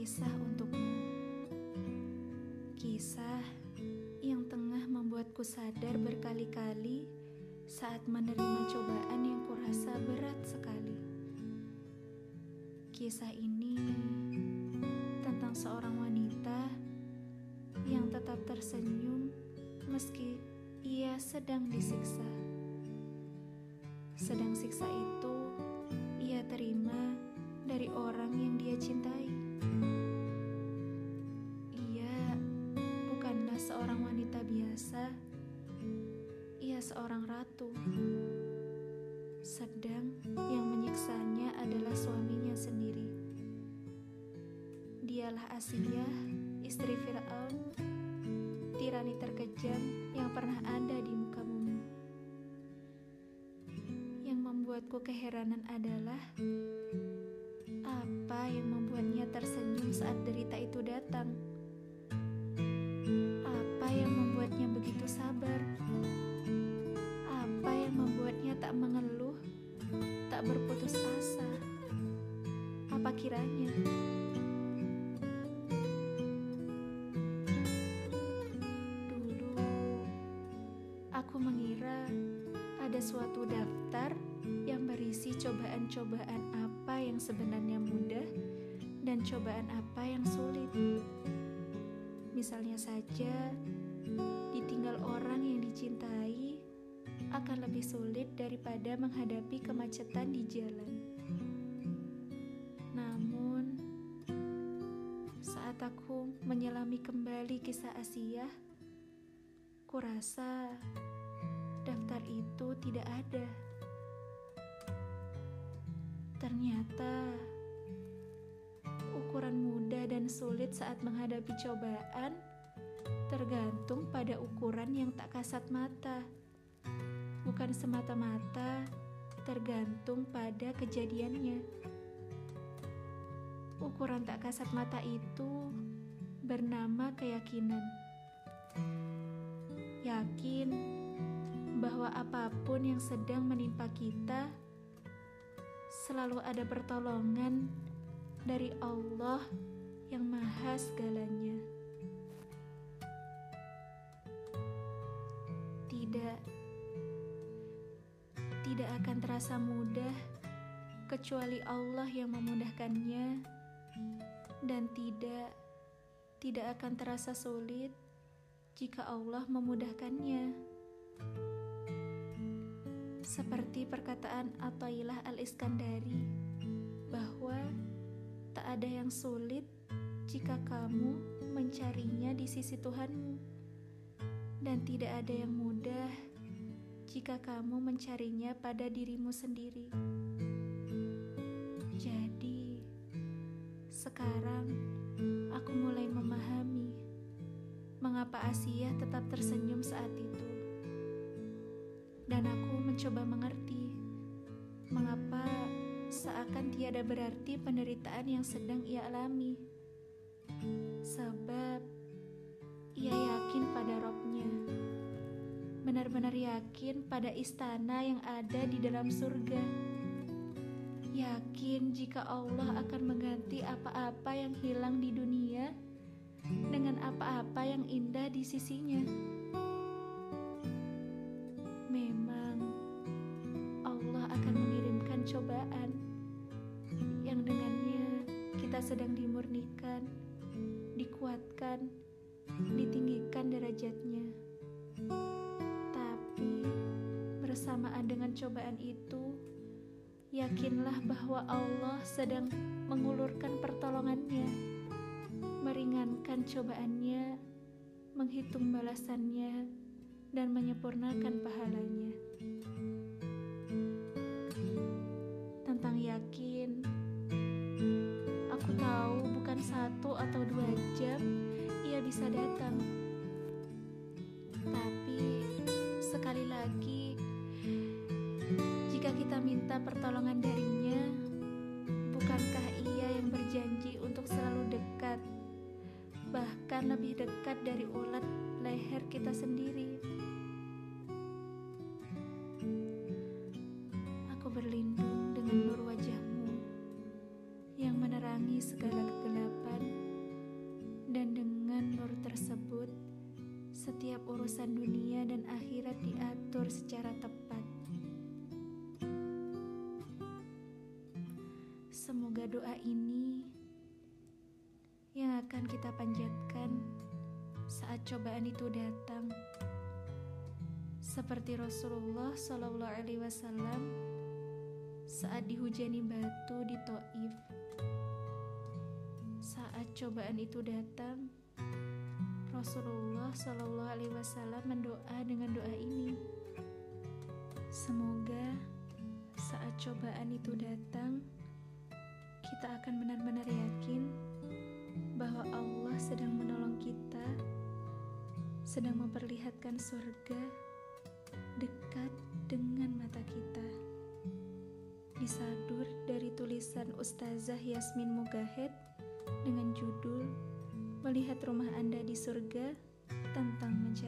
kisah untukmu. Kisah yang tengah membuatku sadar berkali-kali saat menerima cobaan yang kurasa berat sekali. Kisah ini tentang seorang wanita yang tetap tersenyum meski ia sedang disiksa. Sedang siksa itu ia terima dari orang yang dia cintai. Ia bukanlah seorang wanita biasa. Ia seorang ratu. Sedang yang menyiksanya adalah suaminya sendiri. Dialah Asiyah, istri Fir'aun, tirani terkejam yang pernah ada di muka bumi. Yang membuatku keheranan adalah apa yang membuatnya tersenyum saat derita itu datang? Apa yang membuatnya begitu sabar? Apa yang membuatnya tak mengeluh, tak berputus asa? Apa kiranya? Dulu, aku mengira ada suatu daftar yang berisi cobaan-cobaan apa yang sebenarnya mudah dan cobaan apa yang sulit. Misalnya saja, ditinggal orang yang dicintai akan lebih sulit daripada menghadapi kemacetan di jalan. Namun, saat aku menyelami kembali kisah Asiyah, kurasa daftar itu tidak ada. Ternyata ukuran mudah dan sulit saat menghadapi cobaan tergantung pada ukuran yang tak kasat mata. Bukan semata-mata tergantung pada kejadiannya. Ukuran tak kasat mata itu bernama keyakinan. Yakin bahwa apapun yang sedang menimpa kita, selalu ada pertolongan dari Allah yang Maha Segalanya. Tidak akan terasa mudah kecuali Allah yang memudahkannya, dan tidak akan terasa sulit jika Allah memudahkannya. Seperti perkataan Athailah Al-Iskandari bahwa tak ada yang sulit jika kamu mencarinya di sisi Tuhanmu, dan tidak ada yang mudah jika kamu mencarinya pada dirimu sendiri. Jadi, sekarang aku mulai memahami mengapa Asiyah tetap tersenyum saat itu. Dan aku mencoba mengerti mengapa seakan tiada berarti penderitaan yang sedang ia alami. Sebab ia yakin pada Robnya, benar-benar yakin pada istana yang ada di dalam surga. Yakin jika Allah akan mengganti apa-apa yang hilang di dunia dengan apa-apa yang indah di sisinya. Memang Allah akan mengirimkan cobaan yang dengannya kita sedang dimurnikan, dikuatkan, ditinggikan derajatnya. Tapi bersamaan dengan cobaan itu, yakinlah bahwa Allah sedang mengulurkan pertolongannya, meringankan cobaannya, menghitung balasannya, dan menyempurnakan pahalanya. Tentang yakin, aku tahu bukan 1 atau 2 jam ia bisa datang. Tapi sekali lagi, jika kita minta pertolongan darinya, bukankah ia yang berjanji untuk selalu dekat, bahkan lebih dekat dari ulat leher kita sendiri? Aku berlindung dengan nur wajahmu yang menerangi segala kegelapan setiap urusan dunia dan akhirat diatur secara tepat. Semoga doa ini yang akan kita panjatkan saat cobaan itu datang, seperti Rasulullah Shallallahu Alaihi Wasallam saat dihujani batu di Thaif. Saat cobaan itu datang, Rasulullah Shallallahu Alaihi Wasallam mendoa dengan doa ini. Semoga saat cobaan itu datang, kita akan benar-benar yakin bahwa Allah sedang menolong kita, sedang memperlihatkan surga dekat dengan mata kita. Disadur dari tulisan Ustazah Yasmin Mugahed dengan judul Melihat Rumah Anda di Surga tentang